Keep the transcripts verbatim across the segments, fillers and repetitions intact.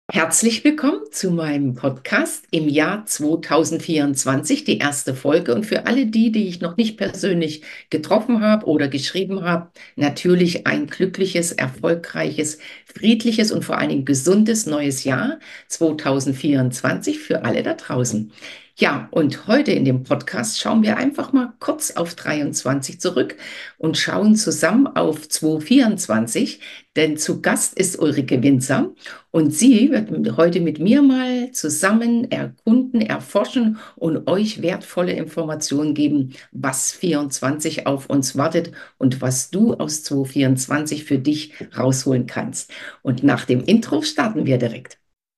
Herzlich willkommen zu meinem Podcast im Jahr zwanzig vierundzwanzig, die erste Folge. Und für alle die, die ich noch nicht persönlich getroffen habe oder geschrieben habe, natürlich ein glückliches, erfolgreiches, friedliches und vor allen Dingen gesundes neues Jahr zwanzig vierundzwanzig für alle da draußen. Ja, und heute in dem Podcast schauen wir einfach mal kurz auf dreiundzwanzig zurück und schauen zusammen auf zwanzig vierundzwanzig, denn zu Gast ist Ulrike Winzer. Und sie wird heute mit mir mal zusammen erkunden, erforschen und euch wertvolle Informationen geben, was vierundzwanzig auf uns wartet und was du aus zwanzig vierundzwanzig für dich rausholen kannst. Und nach dem Intro starten wir direkt.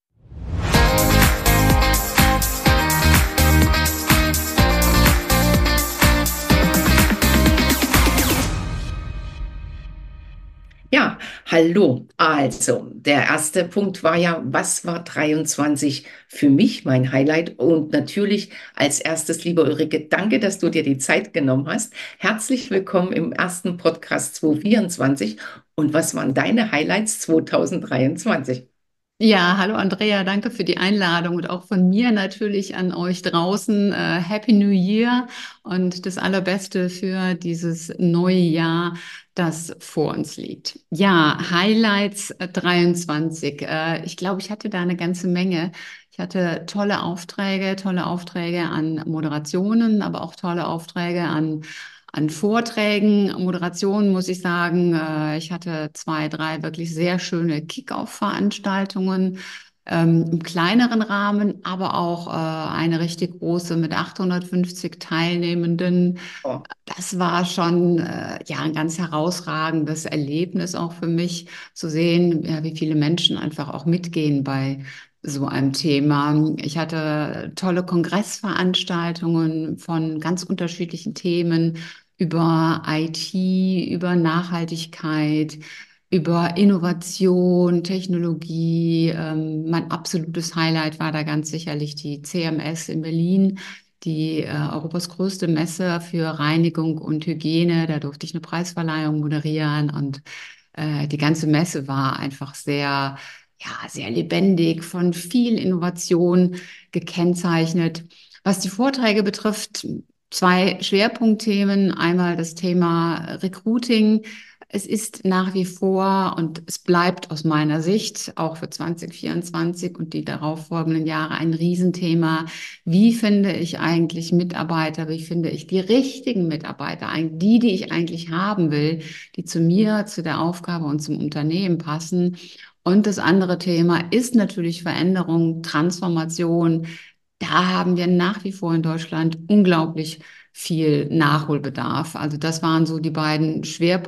Ja, hallo. Also, der erste Punkt war ja, was war dreiundzwanzig für mich, mein Highlight? Und natürlich als erstes, liebe Ulrike, danke, dass du dir die Zeit genommen hast. Herzlich willkommen im ersten Podcast zwanzig vierundzwanzig. Und was waren deine Highlights zwanzig dreiundzwanzig? Ja, hallo Andrea, danke für die Einladung und auch von mir natürlich an euch draußen. Äh, Happy New Year und das Allerbeste für dieses neue Jahr, das vor uns liegt. Ja, Highlights äh, dreiundzwanzig. Äh, ich glaube, ich hatte da eine ganze Menge. Ich hatte tolle Aufträge, tolle Aufträge an Moderationen, aber auch tolle Aufträge an an Vorträgen, Moderationen muss ich sagen, äh, ich hatte zwei, drei wirklich sehr schöne Kick-Off-Veranstaltungen ähm, im kleineren Rahmen, aber auch äh, eine richtig große mit achthundertfünfzig Teilnehmenden. Oh, Das war schon äh, ja ein ganz herausragendes Erlebnis auch für mich zu sehen, ja, wie viele Menschen einfach auch mitgehen bei so einem Thema. Ich hatte tolle Kongressveranstaltungen von ganz unterschiedlichen Themen über I T, über Nachhaltigkeit, über Innovation, Technologie. Ähm, mein absolutes Highlight war da ganz sicherlich die C M S in Berlin, die äh, Europas größte Messe für Reinigung und Hygiene. Da durfte ich eine Preisverleihung moderieren und äh, die ganze Messe war einfach sehr, ja, sehr lebendig, von viel Innovation gekennzeichnet. Was die Vorträge betrifft, zwei Schwerpunktthemen. Einmal das Thema Recruiting. Es ist nach wie vor und es bleibt aus meiner Sicht auch für zwanzig vierundzwanzig und die darauffolgenden Jahre ein Riesenthema. Wie finde ich eigentlich Mitarbeiter? Wie finde ich die richtigen Mitarbeiter? Eigentlich die, die ich eigentlich haben will, die zu mir, zu der Aufgabe und zum Unternehmen passen. Und das andere Thema ist natürlich Veränderung, Transformation. Da haben wir nach wie vor in Deutschland unglaublich viel Nachholbedarf. Also das waren so die beiden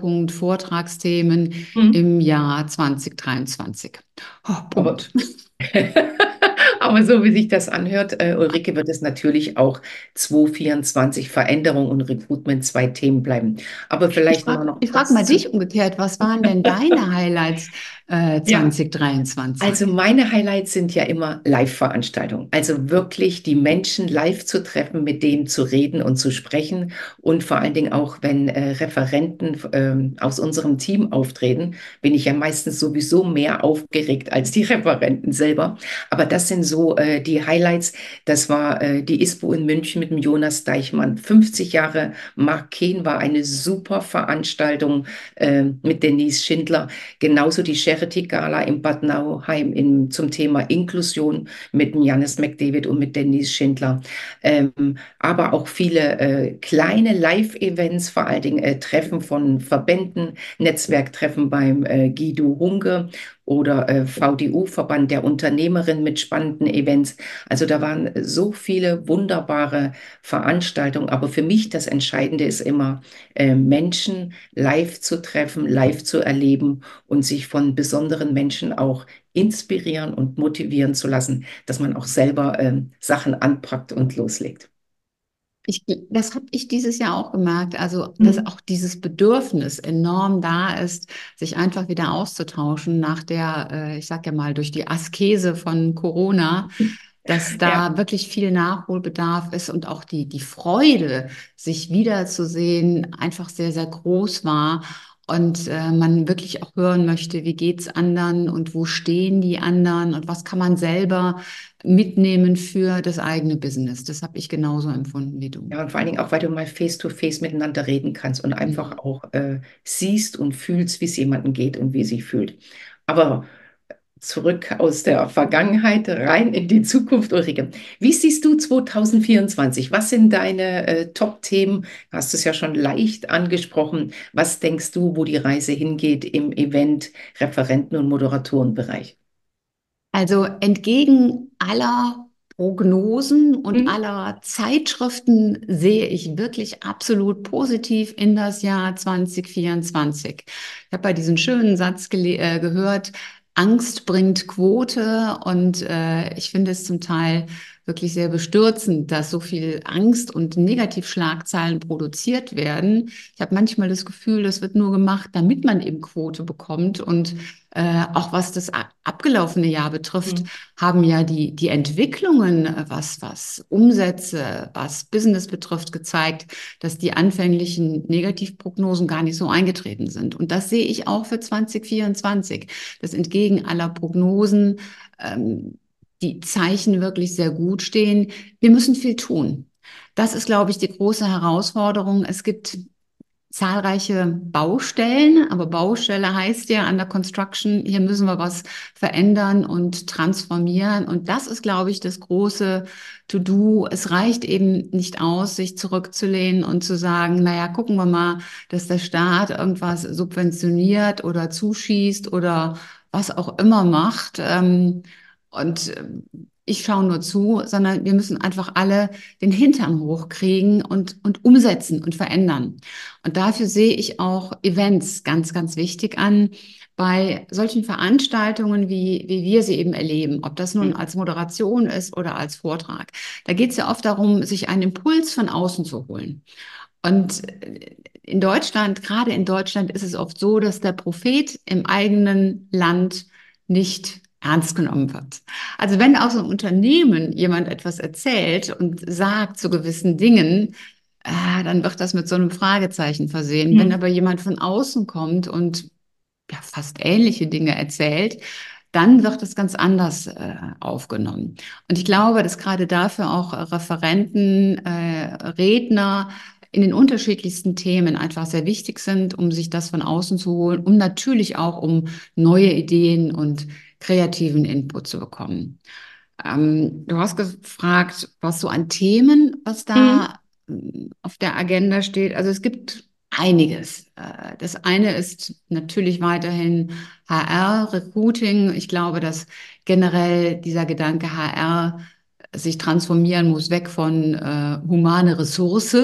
Schwerpunkt-Vortragsthemen hm. im Jahr zwanzig dreiundzwanzig. Oh, Aber Punkt. Aber so wie sich das anhört, äh, Ulrike, wird es natürlich auch zwanzig vierundzwanzig Veränderung und Recruitment zwei Themen bleiben. Aber Ich vielleicht mal frage noch ich frag kurz mal zu. dich umgekehrt, was waren denn deine Highlights äh, Ja, zwanzig dreiundzwanzig? also meine Highlights sind ja immer Live-Veranstaltungen. Also wirklich die Menschen live zu treffen, mit denen zu reden und zu sprechen. Und vor allen Dingen auch, wenn äh, Referenten ähm, aus unserem Team auftreten, bin ich ja meistens sowieso mehr aufgeregt als die Referenten selber. Aber das sind so äh, die Highlights. Das war äh, die ISPO in München mit dem Jonas Deichmann. fünfzig Jahre Mark Kehn war eine super Veranstaltung äh, mit Denise Schindler. Genauso die Charity Gala in Bad Nauheim in, zum Thema Inklusion mit dem Janis McDavid und mit Denise Schindler. Ähm, aber auch viele äh, kleine Live-Events, vor allen Dingen äh, Treffen von Verbänden, Netzwerktreffen beim äh, Guido Runge oder äh, V D U, Verband der Unternehmerin mit spannenden Events. Also da waren so viele wunderbare Veranstaltungen. Aber für mich das Entscheidende ist immer, äh, Menschen live zu treffen, live zu erleben und sich von besonderen Menschen auch inspirieren und motivieren zu lassen, dass man auch selber ähm, Sachen anpackt und loslegt. Ich, das habe ich dieses Jahr auch gemerkt, also dass Mhm. auch dieses Bedürfnis enorm da ist, sich einfach wieder auszutauschen nach der, äh, ich sag ja mal, durch die Askese von Corona, dass Ja. da wirklich viel Nachholbedarf ist und auch die, die Freude, sich wiederzusehen, einfach sehr, sehr groß war. und äh, man wirklich auch hören möchte, wie geht's anderen und wo stehen die anderen und was kann man selber mitnehmen für das eigene Business. Das habe ich genauso empfunden wie du. Ja, und vor allen Dingen auch, weil du mal face-to-face miteinander reden kannst und einfach Mhm. auch äh, siehst und fühlst, wie es jemandem geht und wie sie fühlt. Aber zurück aus der Vergangenheit rein in die Zukunft, Ulrike. Wie siehst du zwanzig vierundzwanzig? Was sind deine äh, Top-Themen? Du hast es ja schon leicht angesprochen. Was denkst du, wo die Reise hingeht im Event-, Referenten- und Moderatorenbereich? Also entgegen aller Prognosen und Hm? aller Zeitschriften sehe ich wirklich absolut positiv in das Jahr zwanzig vierundzwanzig. Ich habe bei diesem schönen Satz gele- äh, gehört, Angst bringt Quote und äh, ich finde es zum Teil wirklich sehr bestürzend, dass so viel Angst und Negativschlagzeilen produziert werden. Ich habe manchmal das Gefühl, das wird nur gemacht, damit man eben Quote bekommt und äh, auch was das a- abgelaufene Jahr betrifft, Hm. haben ja die, die Entwicklungen, äh, was, was Umsätze, was Business betrifft, gezeigt, dass die anfänglichen Negativprognosen gar nicht so eingetreten sind. Und das sehe ich auch für zwanzig vierundzwanzig, dass entgegen aller Prognosen ähm, die Zeichen wirklich sehr gut stehen. Wir müssen viel tun. Das ist, glaube ich, die große Herausforderung. Es gibt zahlreiche Baustellen, aber Baustelle heißt ja under construction, hier müssen wir was verändern und transformieren. Und das ist, glaube ich, das große To-Do. Es reicht eben nicht aus, sich zurückzulehnen und zu sagen, naja, gucken wir mal, dass der Staat irgendwas subventioniert oder zuschießt oder was auch immer macht. Ähm, Und ähm, ich schaue nur zu, sondern wir müssen einfach alle den Hintern hochkriegen und, und umsetzen und verändern. Und dafür sehe ich auch Events ganz, ganz wichtig an. Bei solchen Veranstaltungen, wie, wie wir sie eben erleben, ob das nun Hm. als Moderation ist oder als Vortrag, da geht es ja oft darum, sich einen Impuls von außen zu holen. Und in Deutschland, gerade in Deutschland, ist es oft so, dass der Prophet im eigenen Land nicht ernst genommen wird. Also wenn aus einem Unternehmen jemand etwas erzählt und sagt zu gewissen Dingen, äh, dann wird das mit so einem Fragezeichen versehen. Wenn Hm. aber jemand von außen kommt und ja, fast ähnliche Dinge erzählt, dann wird es ganz anders äh, aufgenommen. Und ich glaube, dass gerade dafür auch Referenten, äh, Redner in den unterschiedlichsten Themen einfach sehr wichtig sind, um sich das von außen zu holen, um natürlich auch um neue Ideen und kreativen Input zu bekommen. Ähm, du hast gefragt, was so an Themen, was Hm. da ähm, auf der Agenda steht. Also es gibt einiges. Äh, Das eine ist natürlich weiterhin H R, Recruiting. Ich glaube, dass generell dieser Gedanke H R sich transformieren muss, weg von äh, humane Ressource,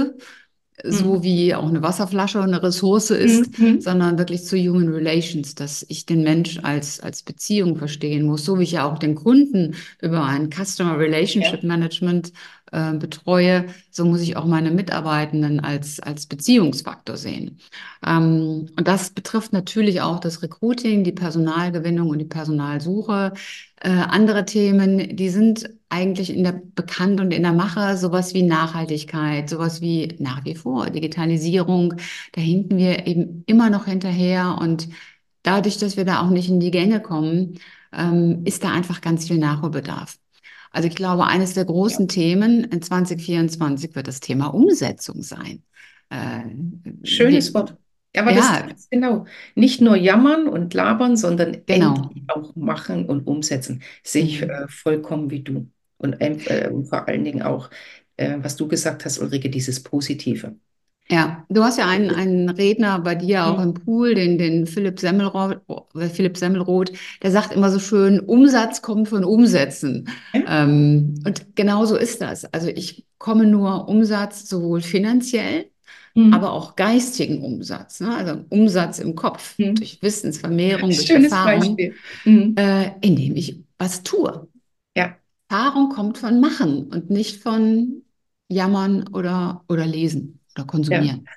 Hm. so wie auch eine Wasserflasche eine Ressource ist, Hm. Hm. sondern wirklich zu Human Relations, dass ich den Mensch als, als Beziehung verstehen muss, so wie ich ja auch den Kunden über ein Customer Ja. Relationship Management äh, betreue, so muss ich auch meine Mitarbeitenden als, als Beziehungsfaktor sehen. Ähm, und das betrifft natürlich auch das Recruiting, die Personalgewinnung und die Personalsuche. Äh, andere Themen, die sind eigentlich in der bekannt und in der Mache, sowas wie Nachhaltigkeit, sowas wie nach wie vor Digitalisierung. Da hinken wir eben immer noch hinterher und dadurch, dass wir da auch nicht in die Gänge kommen, ähm, ist da einfach ganz viel Nachholbedarf. Also ich glaube, eines der Ja. großen Themen in zwanzig vierundzwanzig wird das Thema Umsetzung sein. Äh, Schönes wir, Wort. Aber das ja, trifft genau. Nicht nur jammern und labern, sondern genau. endlich auch machen und umsetzen. Sehe ich Mhm. äh, vollkommen wie du. Und, ähm, äh, und vor allen Dingen auch, äh, was du gesagt hast, Ulrike, dieses Positive. Ja, du hast ja einen, einen Redner bei dir auch Hm. im Pool, den, den Philipp Semmelroth, äh, Philipp Semmelroth, der sagt immer so schön, Umsatz kommt von Umsätzen. Ja? Ähm, und genau so ist das. Also ich komme nur Umsatz sowohl finanziell, Hm. aber auch geistigen Umsatz, ne? Also Umsatz im Kopf, Hm. durch Wissensvermehrung, durch Schönes Erfahrung, Beispiel. Hm. äh, indem ich was tue. Ja. Erfahrung kommt von Machen und nicht von Jammern oder, oder Lesen oder Ja. Konsumieren.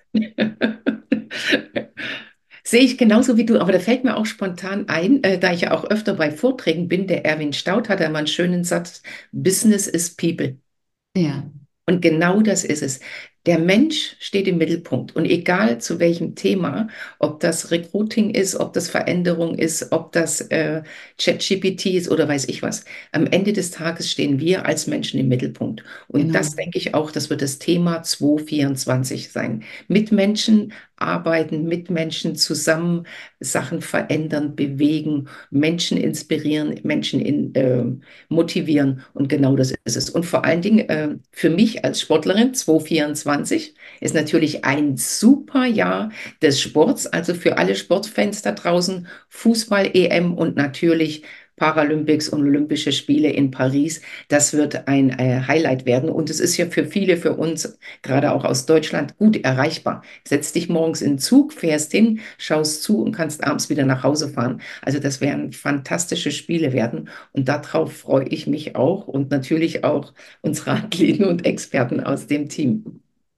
Sehe ich genauso wie du, aber da fällt mir auch spontan ein, äh, da ich ja auch öfter bei Vorträgen bin, der Erwin Staud hat einmal einen schönen Satz, Business is People. Ja. Und genau das ist es. Der Mensch steht im Mittelpunkt und egal zu welchem Thema, ob das Recruiting ist, ob das Veränderung ist, ob das äh, ChatGPT ist oder weiß ich was, am Ende des Tages stehen wir als Menschen im Mittelpunkt. Und das Genau. denke ich auch, das wird das Thema zwanzig vierundzwanzig sein. Mit Menschen arbeiten, mit Menschen zusammen Sachen verändern, bewegen, Menschen inspirieren, Menschen in, äh, motivieren und genau das ist es. Und vor allen Dingen äh, für mich als Sportlerin zwanzig vierundzwanzig ist natürlich ein super Jahr des Sports, also für alle Sportfans da draußen, Fußball-E M und natürlich Paralympics und Olympische Spiele in Paris. Das wird ein äh, Highlight werden und es ist ja für viele, für uns, gerade auch aus Deutschland, gut erreichbar. Setz dich morgens in den Zug, fährst hin, schaust zu und kannst abends wieder nach Hause fahren. Also das werden fantastische Spiele werden und darauf freue ich mich auch und natürlich auch unsere Athleten und Experten aus dem Team.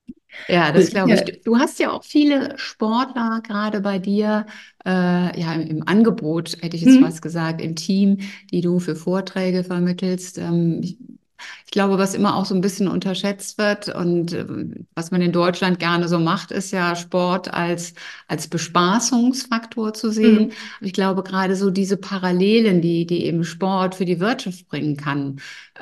Ja, das glaube ich. Ulrike, Du, du hast ja auch viele Sportler gerade bei dir, äh, ja, im, im Angebot, hätte ich jetzt hm? fast gesagt, im Team, die du für Vorträge vermittelst. Ähm, ich, ich glaube, was immer auch so ein bisschen unterschätzt wird und ähm, was man in Deutschland gerne so macht, ist ja Sport als, als Bespaßungsfaktor zu sehen. Hm. Ich glaube, gerade so diese Parallelen, die, die eben Sport für die Wirtschaft bringen kann,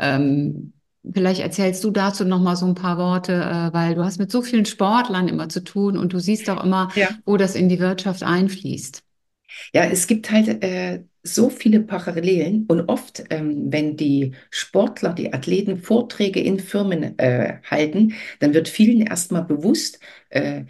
ähm, vielleicht erzählst du dazu noch mal so ein paar Worte, äh, weil du hast mit so vielen Sportlern immer zu tun und du siehst auch immer, Ja. wo das in die Wirtschaft einfließt. Ja, es gibt halt äh, so viele Parallelen und oft, ähm, wenn die Sportler, die Athleten Vorträge in Firmen äh, halten, dann wird vielen erstmal bewusst, äh,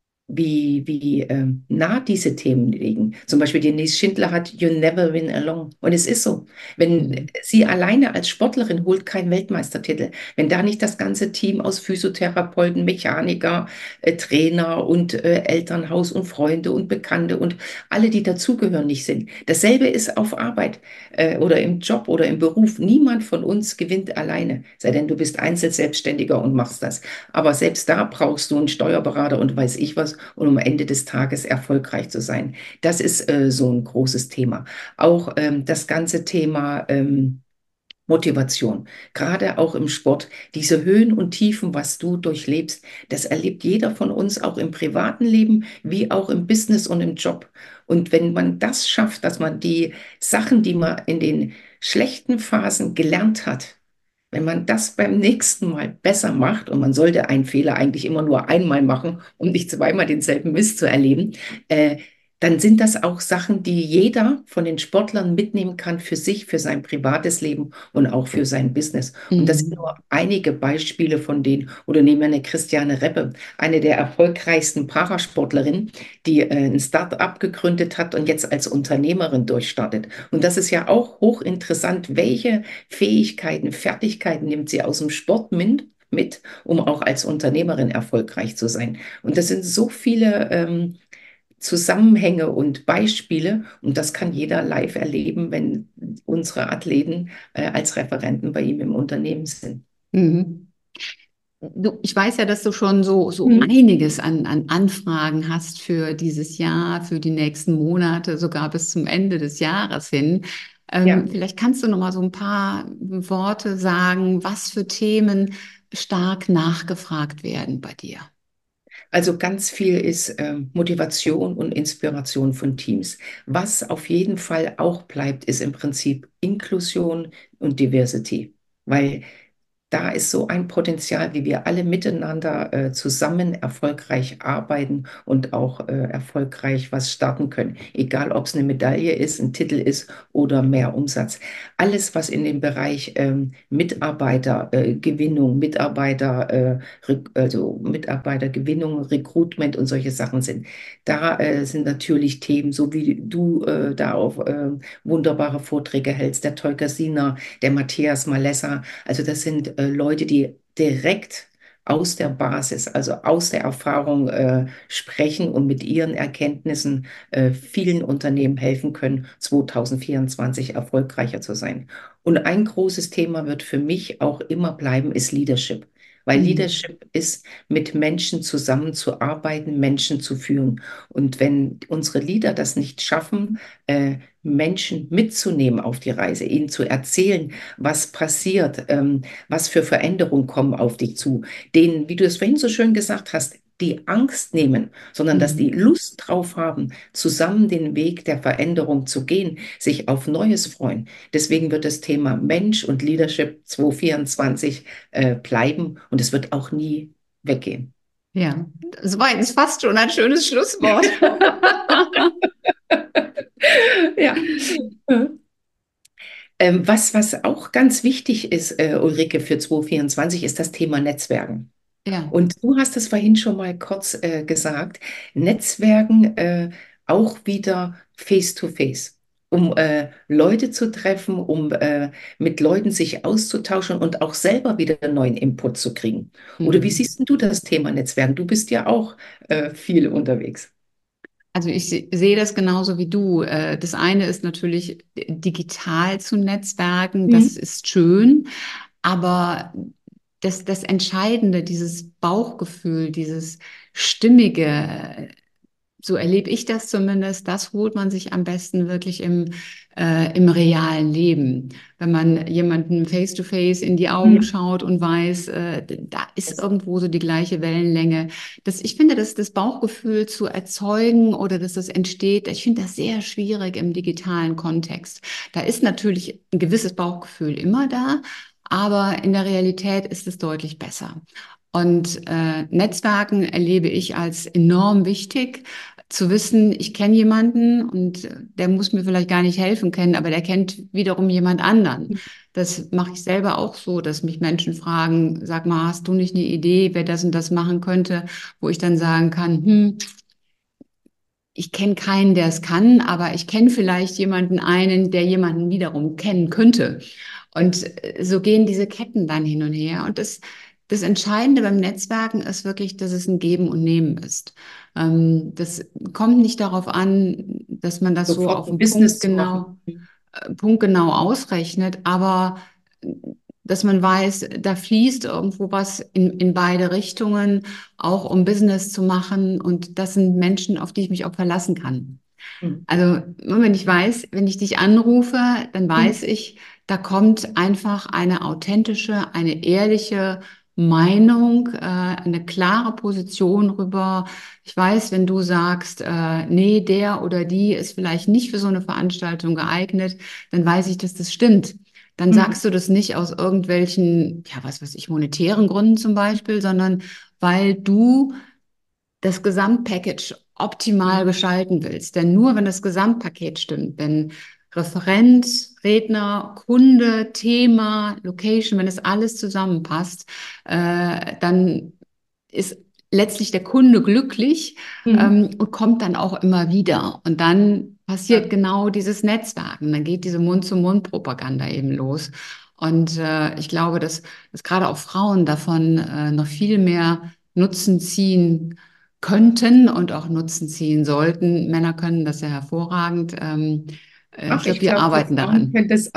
wie, wie ähm, nah diese Themen liegen. Zum Beispiel Denise Schindler hat You Never Win Alone. Und es ist so. Wenn Mhm. sie alleine als Sportlerin holt keinen Weltmeistertitel, wenn da nicht das ganze Team aus Physiotherapeuten, Mechaniker, äh, Trainer und äh, Elternhaus und Freunde und Bekannte und alle, die dazugehören, nicht sind. Dasselbe ist auf Arbeit äh, oder im Job oder im Beruf. Niemand von uns gewinnt alleine, sei denn du bist Einzelselbstständiger und machst das. Aber selbst da brauchst du einen Steuerberater und weiß ich was, und um am Ende des Tages erfolgreich zu sein. Das ist äh, so ein großes Thema. Auch ähm, das ganze Thema ähm, Motivation, gerade auch im Sport, diese Höhen und Tiefen, was du durchlebst, das erlebt jeder von uns auch im privaten Leben wie auch im Business und im Job. Und wenn man das schafft, dass man die Sachen, die man in den schlechten Phasen gelernt hat, wenn man das beim nächsten Mal besser macht, und man sollte einen Fehler eigentlich immer nur einmal machen, um nicht zweimal denselben Mist zu erleben, äh, dann sind das auch Sachen, die jeder von den Sportlern mitnehmen kann für sich, für sein privates Leben und auch für sein Business. Und das sind Mhm. nur einige Beispiele von denen. Oder nehmen wir eine Christiane Reppe, eine der erfolgreichsten Parasportlerinnen, die äh, ein Start-up gegründet hat und jetzt als Unternehmerin durchstartet. Und das ist ja auch hochinteressant, welche Fähigkeiten, Fertigkeiten nimmt sie aus dem Sport mit, mit, um auch als Unternehmerin erfolgreich zu sein. Und das sind so viele ähm, Zusammenhänge und Beispiele und das kann jeder live erleben, wenn unsere Athleten äh, als Referenten bei ihm im Unternehmen sind. Mhm. Du, ich weiß ja, dass du schon so, so Mhm. einiges an, an Anfragen hast für dieses Jahr, für die nächsten Monate, sogar bis zum Ende des Jahres hin. Ja. Ähm, vielleicht kannst du noch mal so ein paar Worte sagen, was für Themen stark nachgefragt werden bei dir. Also ganz viel ist ähm, Motivation und Inspiration von Teams. Was auf jeden Fall auch bleibt, ist im Prinzip Inklusion und Diversity, weil da ist so ein Potenzial, wie wir alle miteinander äh, zusammen erfolgreich arbeiten und auch äh, erfolgreich was starten können. Egal, ob es eine Medaille ist, ein Titel ist oder mehr Umsatz. Alles, was in dem Bereich ähm, Mitarbeitergewinnung, äh, Gewinnung, Mitarbeiter, äh, Rek- also Mitarbeitergewinnung, Recruitment und solche Sachen sind. Da äh, sind natürlich Themen, so wie du äh, da auf äh, wunderbare Vorträge hältst, der Tolga Sina, der Matthias Malessa. Also das sind äh, Leute, die direkt aus der Basis, also aus der Erfahrung äh, sprechen und mit ihren Erkenntnissen äh, vielen Unternehmen helfen können, zwanzig vierundzwanzig erfolgreicher zu sein. Und ein großes Thema wird für mich auch immer bleiben, ist Leadership. weil Mhm. Leadership ist, mit Menschen zusammenzuarbeiten, Menschen zu führen. Und wenn unsere Leader das nicht schaffen, äh, Menschen mitzunehmen auf die Reise, ihnen zu erzählen, was passiert, ähm, was für Veränderungen kommen auf dich zu, denen, wie du es vorhin so schön gesagt hast, die Angst nehmen, sondern dass die Mhm. Lust drauf haben, zusammen den Weg der Veränderung zu gehen, sich auf Neues freuen. Deswegen wird das Thema Mensch und Leadership zwanzig vierundzwanzig äh, bleiben und es wird auch nie weggehen. Ja, das war jetzt fast schon ein schönes Schlusswort. Ja. Ähm, was, was auch ganz wichtig ist, äh, Ulrike, für zwanzig vierundzwanzig, ist das Thema Netzwerken. Ja. Und du hast es vorhin schon mal kurz äh, gesagt, Netzwerken äh, auch wieder face-to-face, um äh, Leute zu treffen, um äh, mit Leuten sich auszutauschen und auch selber wieder neuen Input zu kriegen. Oder wie Mhm. siehst denn du das Thema Netzwerken? Du bist ja auch äh, viel unterwegs. Also ich se- sehe das genauso wie du. Äh, Das eine ist natürlich digital zu Netzwerken, das Mhm. ist schön, aber das, das Entscheidende, dieses Bauchgefühl, dieses Stimmige, so erlebe ich das zumindest, das holt man sich am besten wirklich im, äh, im realen Leben. Wenn man jemandem face-to-face in die Augen Mhm. schaut und weiß, äh, da ist irgendwo so die gleiche Wellenlänge. Das, ich finde, dass das Bauchgefühl zu erzeugen oder dass das entsteht, ich finde das sehr schwierig im digitalen Kontext. Da ist natürlich ein gewisses Bauchgefühl immer da, aber in der Realität ist es deutlich besser. Und äh, Netzwerken erlebe ich als enorm wichtig zu wissen, ich kenne jemanden und der muss mir vielleicht gar nicht helfen können, aber der kennt wiederum jemand anderen. Das mache ich selber auch so, dass mich Menschen fragen, sag mal, hast du nicht eine Idee, wer das und das machen könnte, wo ich dann sagen kann, hm, ich kenne keinen, der es kann, aber ich kenne vielleicht jemanden einen, der jemanden wiederum kennen könnte. Ja. Und äh, so gehen diese Ketten dann hin und her. Und das, das Entscheidende beim Netzwerken ist wirklich, dass es ein Geben und Nehmen ist. Ähm, das kommt nicht darauf an, dass man das so Sofort auf ein den Punkt Business zu machen. genau äh, punktgenau ausrechnet, aber äh, dass man weiß, da fließt irgendwo was in, in beide Richtungen, auch um Business zu machen. Und das sind Menschen, auf die ich mich auch verlassen kann. Mhm. Also, nur wenn ich weiß, wenn ich dich anrufe, dann Mhm. weiß ich, da kommt einfach eine authentische, eine ehrliche Meinung, äh, eine klare Position rüber. Ich weiß, wenn du sagst, äh, nee, der oder die ist vielleicht nicht für so eine Veranstaltung geeignet, dann weiß ich, dass das stimmt. Dann Mhm. sagst du das nicht aus irgendwelchen, ja, was weiß ich, monetären Gründen zum Beispiel, sondern weil du das Gesamtpackage optimal Mhm. gestalten willst. Denn nur wenn das Gesamtpaket stimmt, wenn Referent, Redner, Kunde, Thema, Location, wenn es alles zusammenpasst, äh, dann ist letztlich der Kunde glücklich Mhm. ähm, und kommt dann auch immer wieder. Und dann passiert Ja. genau dieses Netzwerken. Dann geht diese Mund-zu-Mund-Propaganda eben los. Und äh, ich glaube, dass, dass gerade auch Frauen davon äh, noch viel mehr Nutzen ziehen könnten und auch Nutzen ziehen sollten. Männer können das ja hervorragend. Ähm, äh, ich Ach, glaube, ich wir glaube, wir arbeiten Frauen daran. können das.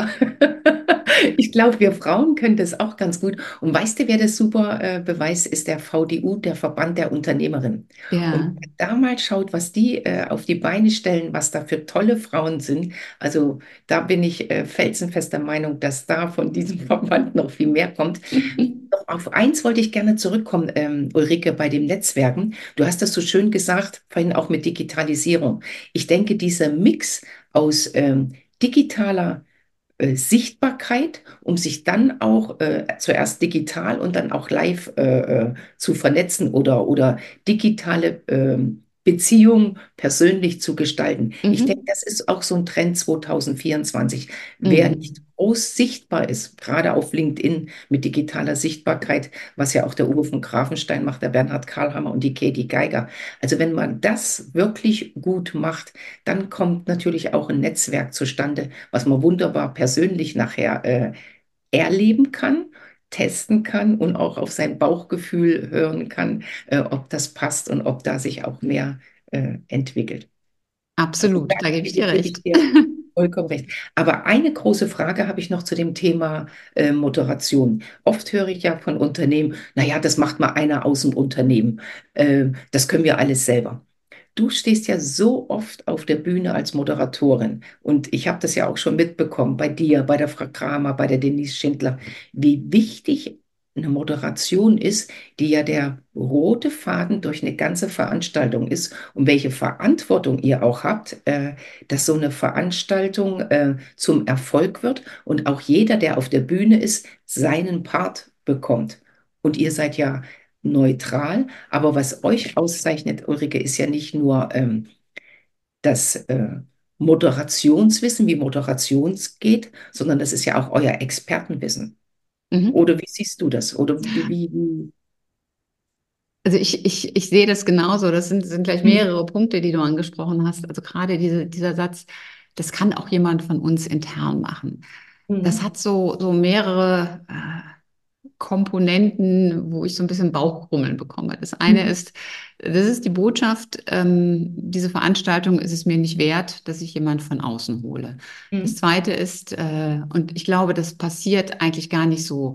Ich glaube, wir Frauen können das auch ganz gut. Und weißt du, wer das super äh, beweist, ist der V D U, der Verband der Unternehmerinnen. Und Ja, wer da mal schaut, was die äh, auf die Beine stellen, was da für tolle Frauen sind. Also da bin ich äh, felsenfester Meinung, dass da von diesem Verband noch viel mehr kommt. Doch auf eins wollte ich gerne zurückkommen, ähm, Ulrike, bei dem Netzwerken. Du hast das so schön gesagt, vorhin auch mit Digitalisierung. Ich denke, dieser Mix aus ähm, digitaler äh, Sichtbarkeit, um sich dann auch äh, zuerst digital und dann auch live äh, äh, zu vernetzen oder, oder digitale ähm, Beziehungen persönlich zu gestalten. Ich denke, mhm. das ist auch so ein Trend zwanzig vierundzwanzig. Wer nicht Mhm. groß sichtbar ist, gerade auf LinkedIn mit digitaler Sichtbarkeit, was ja auch der Uwe von Grafenstein macht, der Bernhard Karlhammer und die Katie Geiger. Also wenn man das wirklich gut macht, dann kommt natürlich auch ein Netzwerk zustande, was man wunderbar persönlich nachher äh, erleben kann, testen kann und auch auf sein Bauchgefühl hören kann, äh, ob das passt und ob da sich auch mehr äh, entwickelt. Also Absolut, da gebe ich danke dir gebe ich recht. dir. vollkommen recht. Aber eine große Frage habe ich noch zu dem Thema äh, Moderation. Oft höre ich ja von Unternehmen, naja, das macht mal einer aus dem Unternehmen. Äh, das können wir alles selber. Du stehst ja so oft auf der Bühne als Moderatorin und ich habe das ja auch schon mitbekommen bei dir, bei der Frau Kramer, bei der Denise Schindler, wie wichtig eine Moderation ist, die ja der rote Faden durch eine ganze Veranstaltung ist und welche Verantwortung ihr auch habt, äh, dass so eine Veranstaltung äh, zum Erfolg wird und auch jeder, der auf der Bühne ist, seinen Part bekommt. Und ihr seid ja neutral, aber was euch auszeichnet, Ulrike, ist ja nicht nur ähm, das äh, Moderationswissen, wie Moderation geht, sondern das ist ja auch euer Expertenwissen. Mhm. Oder wie siehst du das? Oder wie, wie, wie? Also ich, ich, ich sehe das genauso. Das sind, sind gleich Hm, mehrere Punkte, die du angesprochen hast. Also gerade diese, dieser Satz, das kann auch jemand von uns intern machen. Das hm, hat so, so mehrere äh, Komponenten, wo ich so ein bisschen Bauchkrummeln bekomme. Das eine hm, ist, das ist die Botschaft, ähm, diese Veranstaltung ist es mir nicht wert, dass ich jemand von außen hole. Das hm, zweite ist, äh, und ich glaube, das passiert eigentlich gar nicht so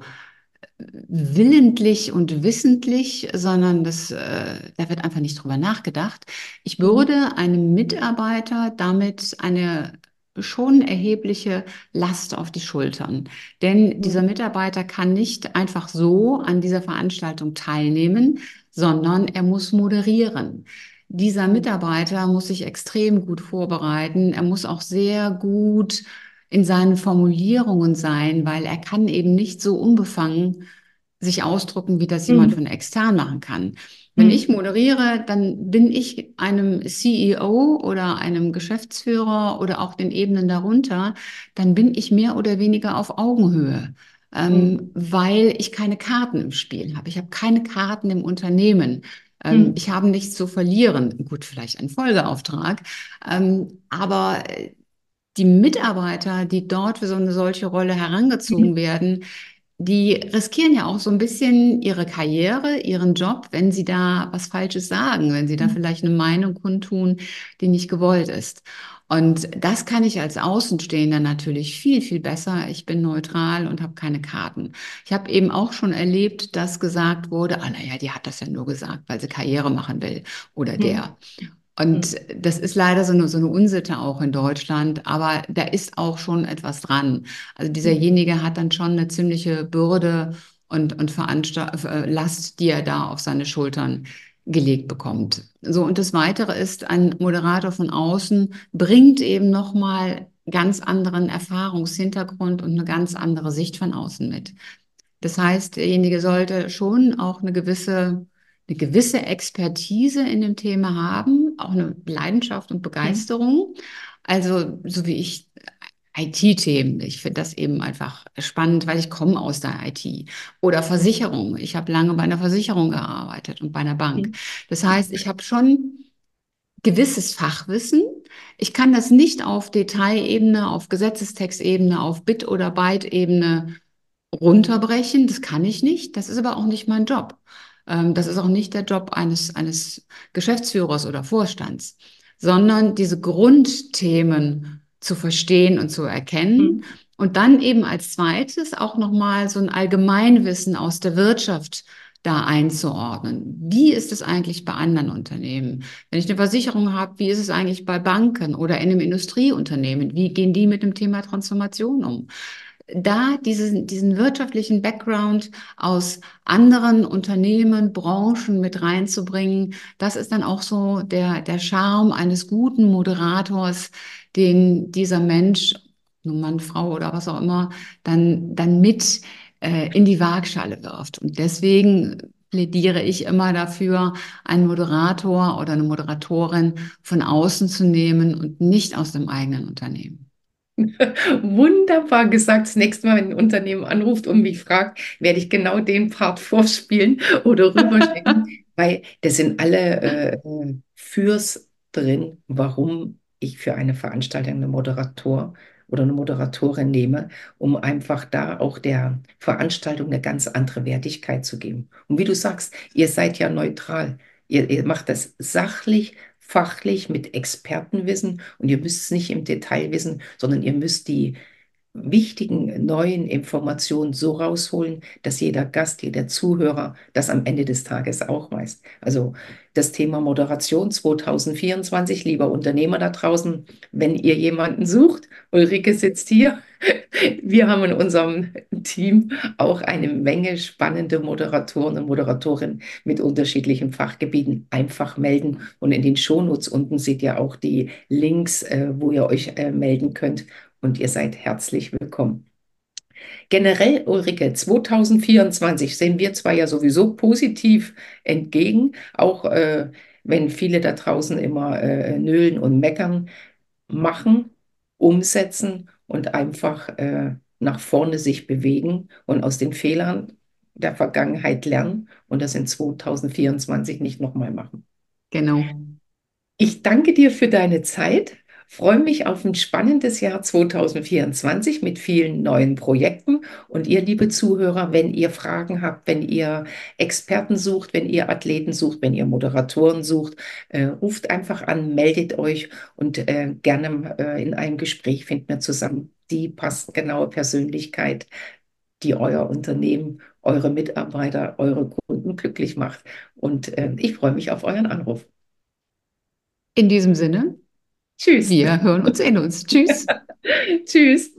willentlich und wissentlich, sondern das, äh, da wird einfach nicht drüber nachgedacht. Ich hm, würde einem Mitarbeiter damit eine schon erhebliche Last auf die Schultern. Denn dieser hm, Mitarbeiter kann nicht einfach so an dieser Veranstaltung teilnehmen, sondern er muss moderieren. Dieser hm, Mitarbeiter muss sich extrem gut vorbereiten. Er muss auch sehr gut in seinen Formulierungen sein, weil er kann eben nicht so unbefangen sich ausdrucken, wie das jemand hm, von extern machen kann. Wenn hm, ich moderiere, dann bin ich einem C E O oder einem Geschäftsführer oder auch den Ebenen darunter, dann bin ich mehr oder weniger auf Augenhöhe, ähm, hm, weil ich keine Karten im Spiel habe. Ich habe keine Karten im Unternehmen. Ähm, hm, ich habe nichts zu verlieren. Gut, vielleicht ein Folgeauftrag, ähm, aber die Mitarbeiter, die dort für so eine solche Rolle hm, herangezogen werden, die riskieren ja auch so ein bisschen ihre Karriere, ihren Job, wenn sie da was Falsches sagen, wenn sie da hm, vielleicht eine Meinung kundtun, die nicht gewollt ist. Und das kann ich als Außenstehender natürlich viel, viel besser. Ich bin neutral und habe keine Karten. Ich habe eben auch schon erlebt, dass gesagt wurde, ah, naja, die hat das ja nur gesagt, weil sie Karriere machen will oder hm, der. Und das ist leider so eine, so eine Unsitte auch in Deutschland, aber da ist auch schon etwas dran. Also hm, dieserjenige hat dann schon eine ziemliche Bürde und, und Veransta äh, Last, die er da auf seine Schultern gelegt bekommt. So, und das Weitere ist, ein Moderator von außen bringt eben nochmal ganz anderen Erfahrungshintergrund und eine ganz andere Sicht von außen mit. Das heißt, derjenige sollte schon auch eine gewisse, eine gewisse Expertise in dem Thema haben, auch eine Leidenschaft und hm, Begeisterung. Also, so wie ich I T-Themen. Ich finde das eben einfach spannend, weil ich komme aus der I T. Oder hm, Versicherung. Ich habe lange bei einer Versicherung gearbeitet und bei einer Bank. hm, Das heißt, ich habe schon gewisses Fachwissen. Ich kann das nicht auf Detailebene, auf Gesetzestextebene, auf Bit- oder Byte-Ebene runterbrechen. Das kann ich nicht. Das ist aber auch nicht mein Job. Ähm, das ist auch nicht der Job eines, eines Geschäftsführers oder Vorstands, sondern diese Grundthemen zu verstehen und zu erkennen hm, und dann eben als zweites auch nochmal so ein Allgemeinwissen aus der Wirtschaft da einzuordnen. Wie ist es eigentlich bei anderen Unternehmen? Wenn ich eine Versicherung habe, wie ist es eigentlich bei Banken oder in einem Industrieunternehmen? Wie gehen die mit dem Thema Transformation um? Da diesen, diesen wirtschaftlichen Background aus anderen Unternehmen, Branchen mit reinzubringen, das ist dann auch so der, der Charme eines guten Moderators, den dieser Mensch, nun Mann, Frau oder was auch immer, dann, dann mit äh, in die Waagschale wirft. Und deswegen plädiere ich immer dafür, einen Moderator oder eine Moderatorin von außen zu nehmen und nicht aus dem eigenen Unternehmen. Wunderbar gesagt. Das nächste Mal, wenn ein Unternehmen anruft und mich fragt, werde ich genau den Part vorspielen oder rüberschicken, weil das sind alle äh, äh, Fürs drin, warum ich für eine Veranstaltung einen Moderator oder eine Moderatorin nehme, um einfach da auch der Veranstaltung eine ganz andere Wertigkeit zu geben. Und wie du sagst, ihr seid ja neutral. Ihr, ihr macht das sachlich, fachlich mit Expertenwissen und ihr müsst es nicht im Detail wissen, sondern ihr müsst die wichtigen neuen Informationen so rausholen, dass jeder Gast, jeder Zuhörer das am Ende des Tages auch weiß. Also das Thema Moderation zwanzig vierundzwanzig, lieber Unternehmer da draußen, wenn ihr jemanden sucht, Ulrike sitzt hier. Wir haben in unserem Team auch eine Menge spannende Moderatoren und Moderatorinnen mit unterschiedlichen Fachgebieten. Einfach melden und in den Shownotes unten seht ihr auch die Links, äh, wo ihr euch äh, melden könnt und ihr seid herzlich willkommen. Generell, Ulrike, zwanzig vierundzwanzig sehen wir zwar ja sowieso positiv entgegen, auch äh, wenn viele da draußen immer äh, nölen und meckern, machen, umsetzen und einfach äh, nach vorne sich bewegen und aus den Fehlern der Vergangenheit lernen und das in zwanzig vierundzwanzig nicht nochmal machen. Genau. Ich danke dir für deine Zeit, freue mich auf ein spannendes Jahr zwanzig vierundzwanzig mit vielen neuen Projekten. Und ihr, liebe Zuhörer, wenn ihr Fragen habt, wenn ihr Experten sucht, wenn ihr Athleten sucht, wenn ihr Moderatoren sucht, äh, ruft einfach an, meldet euch und äh, gerne äh, in einem Gespräch finden wir zusammen die passgenaue Persönlichkeit, die euer Unternehmen, eure Mitarbeiter, eure Kunden glücklich macht. Und äh, ich freue mich auf euren Anruf. In diesem Sinne, Tschüss. wir hören und sehen uns. Tschüss. Tschüss.